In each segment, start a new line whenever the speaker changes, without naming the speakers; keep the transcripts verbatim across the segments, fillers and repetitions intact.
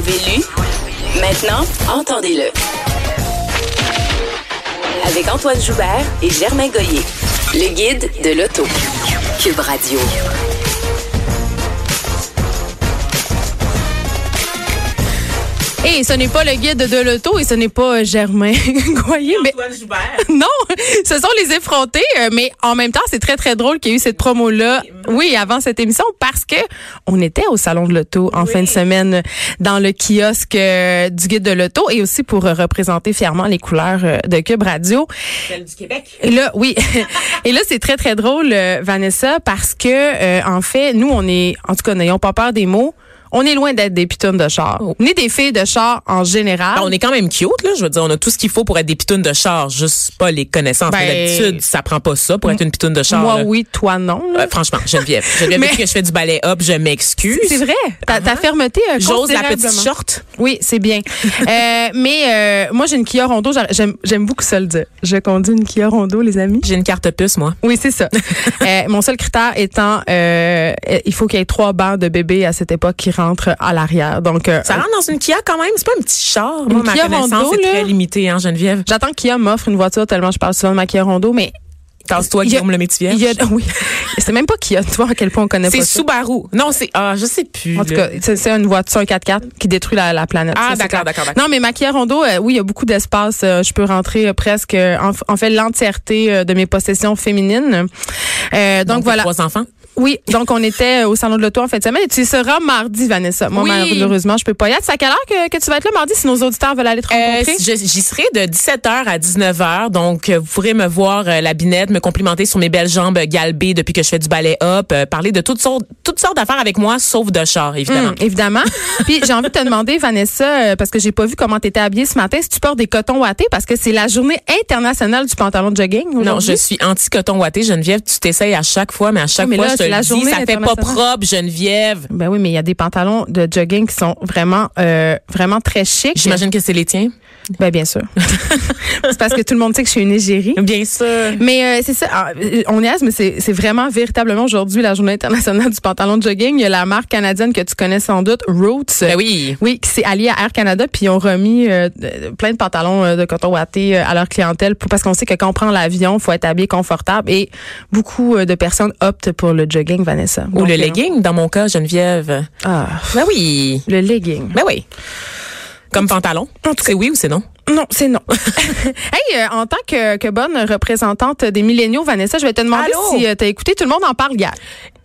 l'avez lu? Maintenant, entendez-le. Avec Antoine Joubert et Germain Goyer. Le guide de l'auto. Cube Radio.
Et ce n'est pas le guide de l'auto et ce n'est pas Germain Goyer. Mais
Antoine Joubert.
Non, ce sont les effrontés. Mais en même temps, c'est très, très drôle qu'il y ait eu cette promo-là, oui, avant cette émission, parce que on était au Salon de l'auto en oui. fin de semaine dans le kiosque euh, du guide de l'auto et aussi pour euh, représenter fièrement les couleurs euh, de Cube Radio.
Celle du Québec.
Et là, oui. Et là, c'est très, très drôle, euh, Vanessa, parce que, euh, en fait, nous, on est, en tout cas, n'ayons pas peur des mots. On est loin d'être des pitounes de char. Oh. Ni des filles de char en général.
Ben, on est quand même cute, là. Je veux dire, on a tout ce qu'il faut pour être des pitounes de char. Juste pas les connaissances. Ben, d'habitude, ça prend pas ça pour m- être une pitoune de char.
Moi,
là.
Oui, toi, non.
Euh, franchement, Geneviève. Geneviève, depuis que je fais du ballet hop, je m'excuse.
C'est vrai. Ta, uh-huh. ta fermeté euh,
j'ose la petite short.
Oui, c'est bien. euh, mais euh, moi, j'ai une Kia Rondo. J'aime, j'aime beaucoup ça le dire. Je conduis une Kia Rondo, les amis.
J'ai une carte puce, moi.
Oui, c'est ça. euh, mon seul critère étant, euh, il faut qu'il y ait trois bancs de bébé à cette époque qui rentrent à l'arrière. Donc, euh,
ça rentre dans une Kia quand même, c'est pas un petit char. Moi, ma
Kia
connaissance
Rondo,
est
là,
très limitée, hein, Geneviève.
J'attends que Kia m'offre une voiture tellement je parle souvent de ma Kia Rondo, mais
casse-toi, Guillaume le métier.
Oui. C'est même pas Kia, tu vois à quel point on connaît
c'est
pas
ça. C'est Subaru. Non, c'est ah, je sais plus.
En tout cas, c'est, c'est une voiture, un quatre-quatre qui détruit la, la planète.
Ah,
ça,
d'accord, d'accord, d'accord.
Non, mais ma Kia Rondo, euh, oui, il y a beaucoup d'espace. Euh, je peux rentrer euh, presque, euh, en, en fait, l'entièreté euh, de mes possessions féminines. Euh, donc, donc voilà.
Trois enfants.
Oui, donc on était au Salon de l'auto en fin de semaine et tu y seras mardi, Vanessa. Moi,
oui. malheureusement,
je peux pas y être. C'est à quelle heure que, que tu vas être là mardi si nos auditeurs veulent aller te rencontrer?
Euh, j'y serai de dix-sept heures à dix-neuf heures. Donc, vous pourrez me voir euh, la binette, me complimenter sur mes belles jambes galbées depuis que je fais du ballet hop, euh, parler de toutes sortes, toutes sortes d'affaires avec moi, sauf de char, évidemment.
Mmh, évidemment. Puis j'ai envie de te demander, Vanessa, euh, parce que j'ai pas vu comment tu étais habillée ce matin, si tu portes des cotons ouatés, parce que c'est la journée internationale du pantalon de jogging aujourd'hui.
Non, je suis anti-coton ouaté, Geneviève. Tu t'essayes à chaque fois, mais à chaque
mais
fois,
là,
je te le dis, ça fait pas propre, Geneviève.
Ben oui, mais il y a des pantalons de jogging qui sont vraiment, euh, vraiment très chics.
J'imagine que c'est les tiens.
Ben bien sûr. C'est parce que tout le monde sait que je suis une égérie.
Bien sûr.
Mais euh, c'est ça, on est, mais c'est, c'est vraiment véritablement aujourd'hui la journée internationale du pantalon de jogging. Il y a la marque canadienne que tu connais sans doute, Roots.
Ben oui.
Oui, qui s'est alliée à Air Canada, puis ils ont remis euh, plein de pantalons euh, de coton ouaté euh, à leur clientèle, pour, parce qu'on sait que quand on prend l'avion, il faut être habillé confortable. Et beaucoup euh, de personnes optent pour le jogging, Vanessa.
Ou
Donc,
le
euh,
legging, dans mon cas, Geneviève.
Ah.
Ben oui.
Le legging.
Ben oui. Comme pantalon. C'est oui ou c'est non?
Non, c'est non. Hey, euh, en tant que, que bonne représentante des milléniaux, Vanessa, je vais te demander Allô? si euh, tu as écouté Tout le monde en parle hier.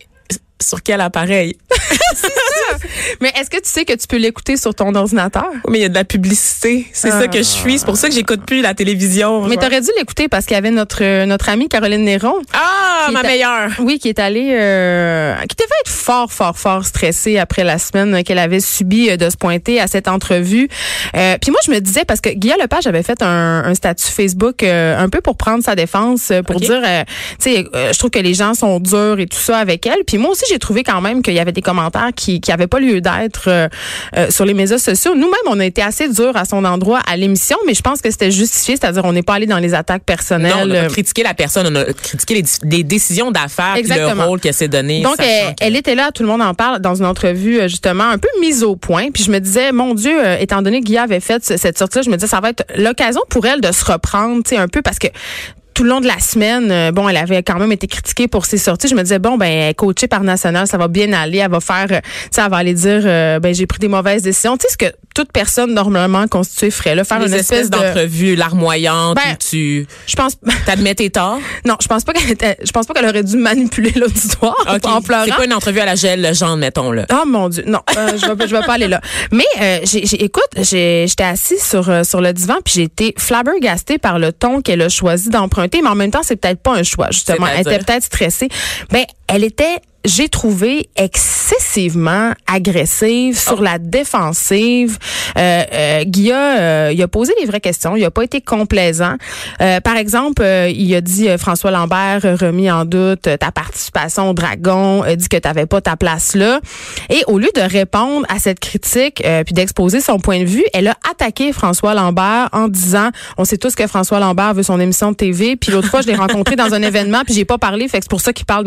Sur quel appareil?
C'est ça. Mais est-ce que tu sais que tu peux l'écouter sur ton ordinateur?
Mais il y a de la publicité. C'est ah. ça que je suis. C'est pour ça que j'écoute plus la télévision.
Mais t'aurais dû l'écouter parce qu'il y avait notre notre amie Caroline Néron.
Ah, ma
est,
meilleure.
Oui, qui est allée, euh, qui devait être fort, fort, fort stressée après la semaine qu'elle avait subie de se pointer à cette entrevue. Euh, Puis moi, je me disais, parce que Guillaume Lepage avait fait un, un statut Facebook euh, un peu pour prendre sa défense, pour okay. dire, euh, tu sais, euh, je trouve que les gens sont durs et tout ça avec elle. Puis moi aussi, j'ai trouvé quand même qu'il y avait des commentaires qui qui avaient pas lieu d'être euh, euh, sur les médias sociaux. Nous-mêmes, on a été assez durs à son endroit à l'émission, mais je pense que c'était justifié, c'est-à-dire on n'est pas allé dans les attaques personnelles.
Non, on a critiqué la personne, on a critiqué les, les décisions d'affaires, puis le rôle qu'elle s'est donné.
Donc, elle, que... elle était là, tout le monde en parle, dans une entrevue justement un peu mise au point. Puis je me disais, mon Dieu, euh, étant donné que Guy avait fait cette sortie-là, je me disais, ça va être l'occasion pour elle de se reprendre, tu sais, un peu, parce que tout le long de la semaine, euh, bon, elle avait quand même été critiquée pour ses sorties. Je me disais, bon, ben, elle est coachée par National, ça va bien aller. Elle va faire, euh, tu sais, elle va aller dire, euh, ben, j'ai pris des mauvaises décisions. Tu sais, ce que toute personne normalement constituée ferait, là, faire
les
une espèce de...
d'entrevue larmoyante
ben,
où tu...
Je pense...
T'admets tes torts?
Non, je pense pas qu'elle était, je pense pas qu'elle aurait dû manipuler l'auditoire
okay.
en pleurant.
C'est pas une entrevue à la Gilles Legendre, mettons, là.
Oh mon Dieu, non, euh, je vais, je vais pas aller là. Mais, euh, j'ai, j'ai, écoute, j'ai, j'étais assise sur, euh, sur le divan puis j'ai été flabbergastée par le ton qu'elle a choisi d'emprunter, mais en même temps, c'est peut-être pas un choix, justement. Elle était peut-être stressée. Ben, elle était, j'ai trouvé, excessivement agressive, sur oh. la défensive. Euh, euh, Guy a, euh, il a posé les vraies questions. Il a pas été complaisant. Euh, par exemple, euh, il a dit, euh, François Lambert, euh, remis en doute euh, ta participation au Dragon, euh, dit que t'avais pas ta place là. Et au lieu de répondre à cette critique, euh, puis d'exposer son point de vue, elle a attaqué François Lambert en disant, on sait tous que François Lambert veut son émission de T V, puis l'autre fois, je l'ai rencontré dans un événement, puis j'ai pas parlé, fait que c'est pour ça qu'il parle dans mon dos.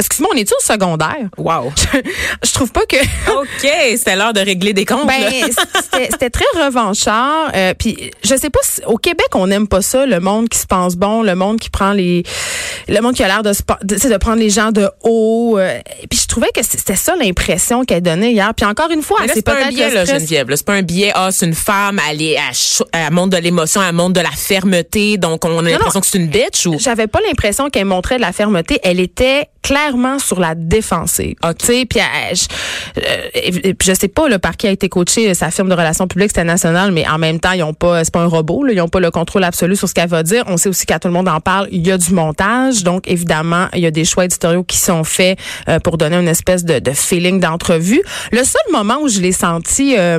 excuse-moi, on est-tu au secondaire?
Wow.
Je, je trouve pas que...
OK, c'était l'heure de régler des comptes.
Ben, c'était, c'était très revanchard. Euh, puis, je sais pas, si, au Québec, on n'aime pas ça, le monde qui se pense bon, le monde qui prend les... Le monde qui a l'air de, de, de prendre les gens de haut. Euh, puis, je trouvais que c'était ça l'impression qu'elle donnait hier. Puis, encore une fois,
là, c'est, c'est pas un biais, là, Geneviève. Là, c'est pas un biais. Ah, c'est une femme, elle, est, elle, elle montre de l'émotion, elle montre de la fermeté. Donc, on a l'impression non, non, que c'est une bitch ou...
J'avais pas l'impression qu'elle montrait de la fermeté. Elle était clairement sur la défensive.
Okay.
Tu sais, puis je, euh, je sais pas là, par qui a été coachée sa firme de relations publiques, c'était national, mais en même temps, ils ont pas, c'est pas un robot, là, ils ont pas le contrôle absolu sur ce qu'elle va dire. On sait aussi qu'à tout le monde en parle, il y a du montage, donc évidemment, il y a des choix éditoriaux qui sont faits euh, pour donner une espèce de, de feeling d'entrevue. Le seul moment où je l'ai senti euh,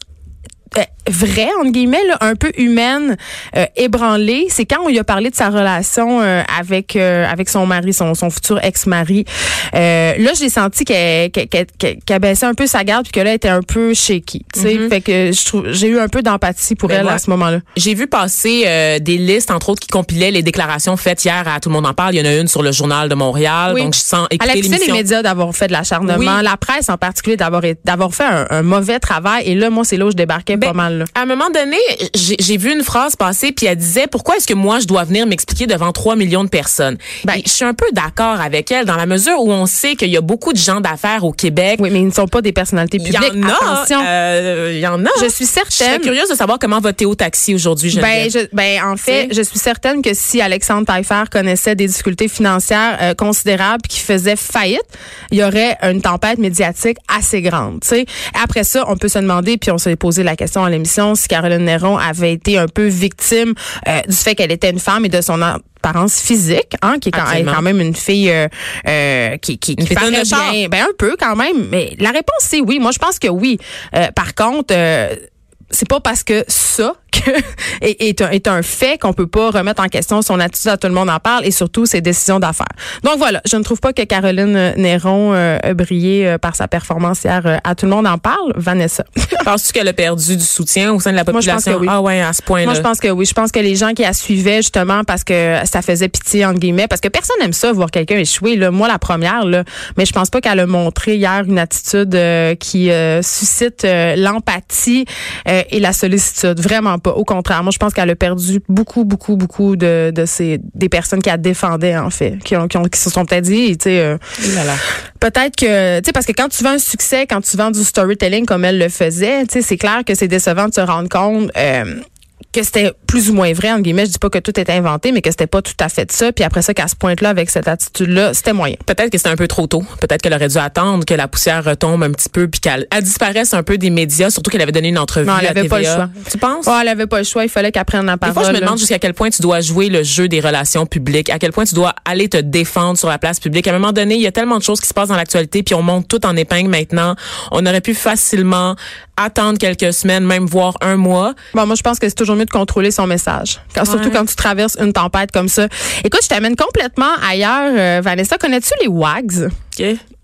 Euh, vrai, entre guillemets, là, un peu humaine, euh, ébranlée, c'est quand on lui a parlé de sa relation euh, avec euh, avec son mari, son, son futur ex-mari. Euh, là, j'ai senti qu'elle, qu'elle, qu'elle, qu'elle baissait un peu sa garde puis que là, elle était un peu shaky. Tu sais, mm-hmm. Fait que je trouve, j'ai eu un peu d'empathie pour ben elle moi, à ce moment-là.
J'ai vu passer euh, des listes, entre autres, qui compilaient les déclarations faites hier à Tout le monde en parle. Il y en a une sur le Journal de Montréal. Oui. Donc, je sens écouter l'émission. Elle accusait les médias
d'avoir fait de l'acharnement, oui. La presse en particulier d'avoir d'avoir fait un, un mauvais travail. Et là, moi, c'est là où je débarquais ben, pas mal. Là.
À un moment donné, j'ai, j'ai vu une phrase passer, puis elle disait, pourquoi est-ce que moi, je dois venir m'expliquer devant trois millions de personnes? Ben, je suis un peu d'accord avec elle, dans la mesure où on sait qu'il y a beaucoup de gens d'affaires au Québec.
Oui, mais ils ne sont pas des personnalités publiques.
Il y en a.
Attention.
Euh, il y en a.
Je suis certaine.
Je serais curieuse de savoir comment va Théo Taxi aujourd'hui, Geneviève.
Ben, je, ben, en fait, je suis certaine que si Alexandre Taillefer connaissait des difficultés financières euh, considérables qui faisaient faillite, il y aurait une tempête médiatique assez grande, tu sais. Après ça, on peut se demander, puis on s'est posé la question à l'émission, si Caroline Néron avait été un peu victime euh, du fait qu'elle était une femme et de son apparence physique, hein, qui est quand, est quand même une fille euh, euh, qui qui, qui paraît bien, ben un peu quand même. Mais la réponse c'est oui. Moi je pense que oui. Euh, par contre, euh, c'est pas parce que ça que est, est, un, est un fait qu'on peut pas remettre en question son attitude à Tout le monde en parle et surtout ses décisions d'affaires. Donc voilà, je ne trouve pas que Caroline Néron euh, a brillé euh, par sa performance hier euh, à Tout le monde en parle. Vanessa.
Penses-tu qu'elle a perdu du soutien au sein de la population?
Moi, je pense que oui.
Ah ouais, à ce point-là.
Moi, je pense que oui. Je pense que les gens qui la suivaient justement parce que ça faisait pitié, entre guillemets, parce que personne n'aime ça, voir quelqu'un échouer. Là. Moi, la première, là, mais je pense pas qu'elle a montré hier une attitude euh, qui euh, suscite euh, l'empathie euh, et la sollicitude. Vraiment pas. Au contraire, moi, je pense qu'elle a perdu beaucoup, beaucoup, beaucoup de, de ces des personnes qui la défendaient, en fait, qui, ont, qui, ont, qui se sont peut-être dit, tu sais, euh, peut-être que, tu sais, parce que quand tu vends un succès, quand tu vends du storytelling comme elle le faisait, tu sais, c'est clair que c'est décevant de se rendre compte euh, que c'était plus ou moins vrai, entre guillemets. Je dis pas que tout était inventé, mais que c'était pas tout à fait ça. Puis après ça, qu'à ce point-là, avec cette attitude-là, c'était moyen.
Peut-être que c'était un peu trop tôt. Peut-être qu'elle aurait dû attendre que la poussière retombe un petit peu puis qu'elle elle disparaisse un peu des médias, surtout qu'elle avait donné une entrevue
non, elle
à
avait
T V A.
Pas le choix.
Tu penses?
Ouais, elle avait pas le choix. Il fallait qu'elle prenne la parole.
Des fois, je me demande
là.
jusqu'à quel point tu dois jouer le jeu des relations publiques, à quel point tu dois aller te défendre sur la place publique. À un moment donné, il y a tellement de choses qui se passent dans l'actualité puis on monte tout en épingle maintenant. On aurait pu facilement attendre quelques semaines, même voire un mois.
Bon, moi, je pense que c'est toujours mieux de contrôler son message. Quand, ouais. Surtout quand tu traverses une tempête comme ça. Écoute, je t'amène complètement ailleurs. Euh, Vanessa, connais-tu les WAGs?
OK.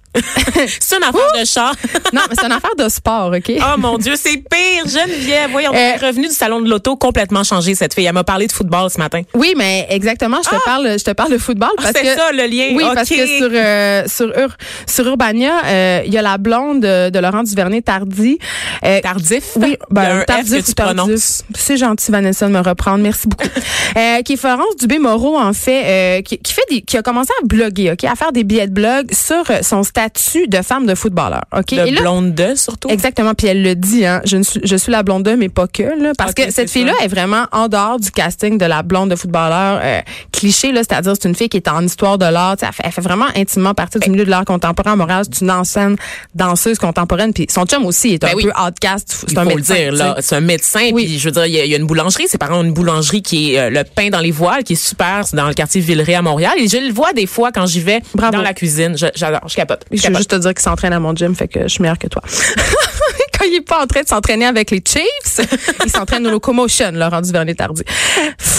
C'est une affaire de char.
Non, mais c'est une affaire de sport, OK?
Oh mon Dieu, c'est pire, Geneviève. Voyons, on est revenu du salon de l'auto complètement changé, cette fille. Elle m'a parlé de football ce matin.
Oui, mais exactement, je te ah! parle je te parle de football. Parce
ah, c'est
que,
ça, le lien.
Oui,
okay.
parce que sur euh, sur, Ur, sur Urbania, il euh, y a la blonde de, de Laurent Duvernay-Tardy.
Euh, Tardif?
Oui, ben,
Tardif ou Tardif.
C'est gentil, Vanessa, de me reprendre. Merci beaucoup. euh, qui est Florence Dubé-Moreau, en fait, euh, qui, qui, fait des, qui a commencé à bloguer, OK, à faire des billets de blog sur son statut de femme de footballeur. OK.
Le là, blonde de, surtout.
Exactement. Puis elle le dit, hein. Je, ne suis, je suis la blonde de, mais pas que, là. Parce okay, que cette fille-là est vraiment en dehors du casting de la blonde de footballeur euh, cliché, là. C'est-à-dire, c'est une fille qui est en histoire de l'art. Elle fait, elle fait vraiment intimement partie du milieu de l'art contemporain à Montréal. C'est une ancienne danseuse contemporaine. Puis son chum aussi est
ben
un
oui.
peu outcast.
C'est un médecin. Le dire, là. C'est un médecin.
Oui.
Puis, je veux dire, il y, y a une boulangerie. Ses parents ont une boulangerie qui est euh, le pain dans les voiles, qui est super. C'est dans le quartier Villeray à Montréal. Et je le vois des fois quand j'y vais Bravo. Dans la cuisine. Je, j'adore. Je capote. Je,
je veux juste te dire qu'il s'entraîne à mon gym, fait que je suis meilleure que toi. Quand il est pas en train de s'entraîner avec les Chiefs, il s'entraîne au Locomotion, Laurent Duvernay-Tardy.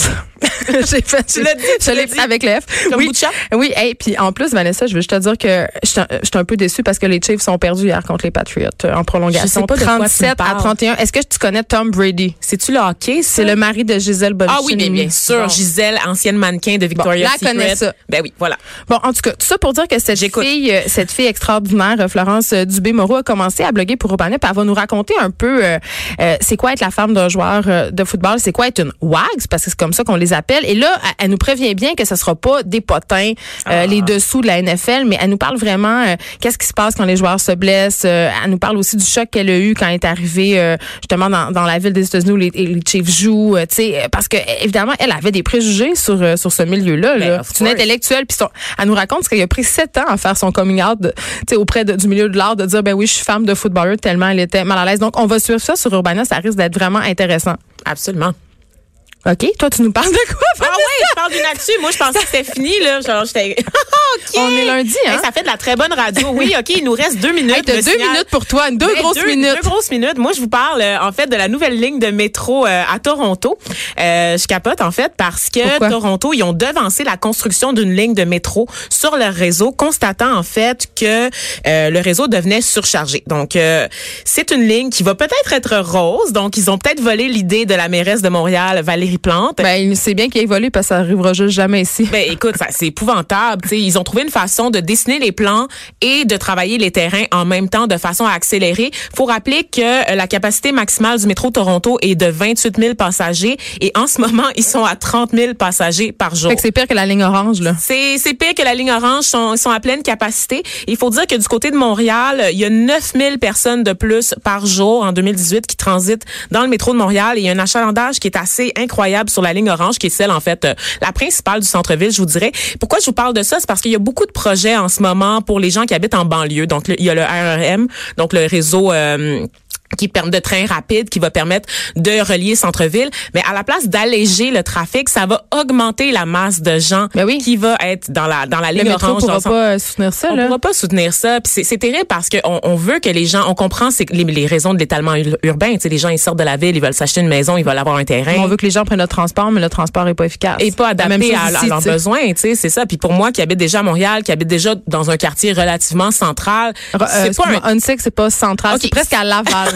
J'ai fait,
tu l'as dit,
je l'ai fait avec le F.
Comme
oui,
bout de chat?
Oui, et puis en plus, Vanessa, je veux juste te dire que je suis un peu déçue parce que les Chiefs sont perdus hier contre les Patriots en prolongation.
Je sais pas de quoi tu me
trente-sept à
parles.
trente et un. Est-ce que tu connais Tom Brady?
C'est-tu le hockey, ça?
C'est le mari de Gisèle Bündchen.
Ah oui, bien, bien sûr.
Bon.
Gisèle, ancienne mannequin de Victoria's
Bon, là, elle
Secret.
connaît ça.
Ben oui, voilà.
Bon, en tout cas, tout ça pour dire que cette
J'écoute.
fille, euh, cette fille extraordinaire, euh, Florence euh, Dubé-Moreau, a commencé à bloguer pour Urbania, puis elle va nous raconter un peu euh, euh, c'est quoi être la femme d'un joueur euh, de football, c'est quoi être une wags, parce que c'est comme ça qu'on les appelle. Et là, elle, elle nous prévient bien que ce sera pas des potins, euh,
Ah.
les dessous de la N F L, mais elle nous parle vraiment euh, qu'est-ce qui se passe quand les joueurs se blessent. Euh, elle nous parle aussi du choc qu'elle a eu quand elle est arrivée euh, justement dans, dans la ville des États-Unis où les, les Chiefs jouent, euh, tu sais, parce que évidemment, elle avait des préjugés sur euh, sur ce milieu-là.
Ben,
Là.
of
C'est une
course.
intellectuelle, puis son- elle nous raconte qu'il a pris sept ans à faire son coming out, de- tu sais, auprès de- du milieu de l'art, de dire ben oui, je suis femme de footballeur, tellement elle était mal à l'aise. Donc on va suivre ça sur Urbania, ça risque d'être vraiment intéressant.
Absolument.
OK, toi tu nous parles de quoi?
Ah oui, je parle d'une actu. Moi, je pensais que c'était fini, là. Genre, j'étais. OK.
On est lundi, hein?
Hey, ça fait de la très bonne radio. Oui, OK, il nous reste deux minutes.
Hey, t'as
me
deux
signale.
minutes pour toi, deux
Ben,
grosses
deux,
minutes.
Deux grosses minutes. Moi, je vous parle, euh, en fait, de la nouvelle ligne de métro euh, à Toronto. Euh, je capote, en fait, parce que
Pourquoi?
Toronto, ils ont devancé la construction d'une ligne de métro sur leur réseau, constatant, en fait, que euh, le réseau devenait surchargé. Donc, euh, c'est une ligne qui va peut-être être rose. Donc, ils ont peut-être volé l'idée de la mairesse de Montréal, Valérie Plante.
Ben, c'est bien qu'il ait volé parce que ça arrivera juste jamais ici.
Ben écoute, ça, c'est épouvantable. T'sais, ils ont trouvé une façon de dessiner les plans et de travailler les terrains en même temps de façon à accélérer. Faut rappeler que euh, la capacité maximale du métro Toronto est de vingt-huit mille passagers et en ce moment, ils sont à trente mille passagers par jour.
Fait que c'est pire que la ligne orange, là.
C'est, c'est pire que la ligne orange, sont, ils sont à pleine capacité. Il faut dire que du côté de Montréal, il y a neuf mille personnes de plus par jour en deux mille dix-huit qui transitent dans le métro de Montréal et il y a un achalandage qui est assez incroyable sur la ligne orange, qui est celle, en fait, euh, la principale du centre-ville, je vous dirais. Pourquoi je vous parle de ça? C'est parce qu'il y a beaucoup de projets en ce moment pour les gens qui habitent en banlieue. Donc, le, il y a le R R M, donc le réseau... Euh, qui permet de trains rapides, qui va permettre de relier centre-ville. Mais à la place d'alléger le trafic, ça va augmenter la masse de gens
Ben oui.
qui va être dans la dans la
Le
ligne
métro
orange.
pourra
dans le
pas euh, soutenir ça,
on
là.
pourra pas soutenir ça. Puis c'est, c'est terrible parce qu'on on veut que les gens, on comprend c'est les, les raisons de l'étalement ur- urbain. Tu sais, les gens ils sortent de la ville, ils veulent s'acheter une maison, ils veulent avoir un terrain.
On veut que les gens prennent le transport, mais le transport est pas efficace.
Et pas
La même
adapté
chose
à,
ici,
à leurs
tu sais.
besoins, tu sais, c'est ça. Puis pour moi, qui habite déjà à Montréal, qui habite déjà dans un quartier relativement central,
Euh,
c'est pas un...
Huntsic, c'est pas central,
Ok.
c'est presque à Laval.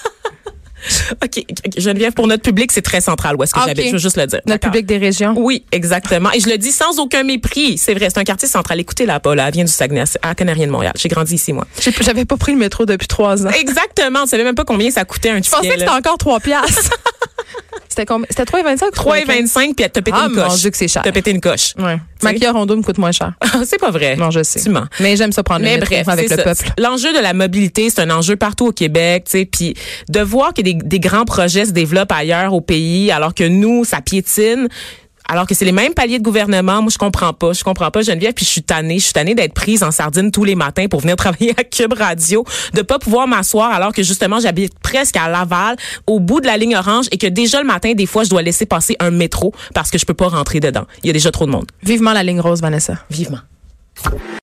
OK, Geneviève, pour notre public, c'est très central où est-ce que
Ah,
j'habite,
ok.
je veux juste le dire.
Notre
D'accord.
public des régions.
Oui, exactement. Et je le dis sans aucun mépris. C'est vrai, c'est un quartier central. Écoutez-la pas, là. Elle vient du Saguenay, à Canarien de Montréal. J'ai grandi ici, moi.
J'ai- J'avais pas pris le métro depuis trois ans.
Exactement. On savais même pas combien ça coûtait un
Je pensais
ticket,
que c'était
là.
encore trois piastres. C'était combien? C'était trois et vingt-cinq?
trois et vingt-cinq, puis t'as pété
Ah,
une
mon
coche.
Dieu que c'est cher.
T'as pété une coche.
Ouais.
sais.
Maquilleur Rondo me coûte moins cher.
C'est pas vrai.
Non, je sais.
Tu mens.
Mais j'aime ça prendre
Mais
le métro
bref,
avec
c'est
le
ça.
peuple.
L'enjeu de la mobilité, c'est un enjeu partout au Québec, tu sais, puis de voir que des, des grands projets se développent ailleurs au pays, alors que nous, ça piétine. Alors que c'est les mêmes paliers de gouvernement, moi je comprends pas, je comprends pas Geneviève, puis je suis tannée, je suis tannée d'être prise en sardine tous les matins pour venir travailler à Cube Radio, de pas pouvoir m'asseoir alors que justement j'habite presque à Laval, au bout de la ligne orange et que déjà le matin des fois je dois laisser passer un métro parce que je peux pas rentrer dedans. Il y a déjà trop de monde.
Vivement la ligne rose, Vanessa.
Vivement.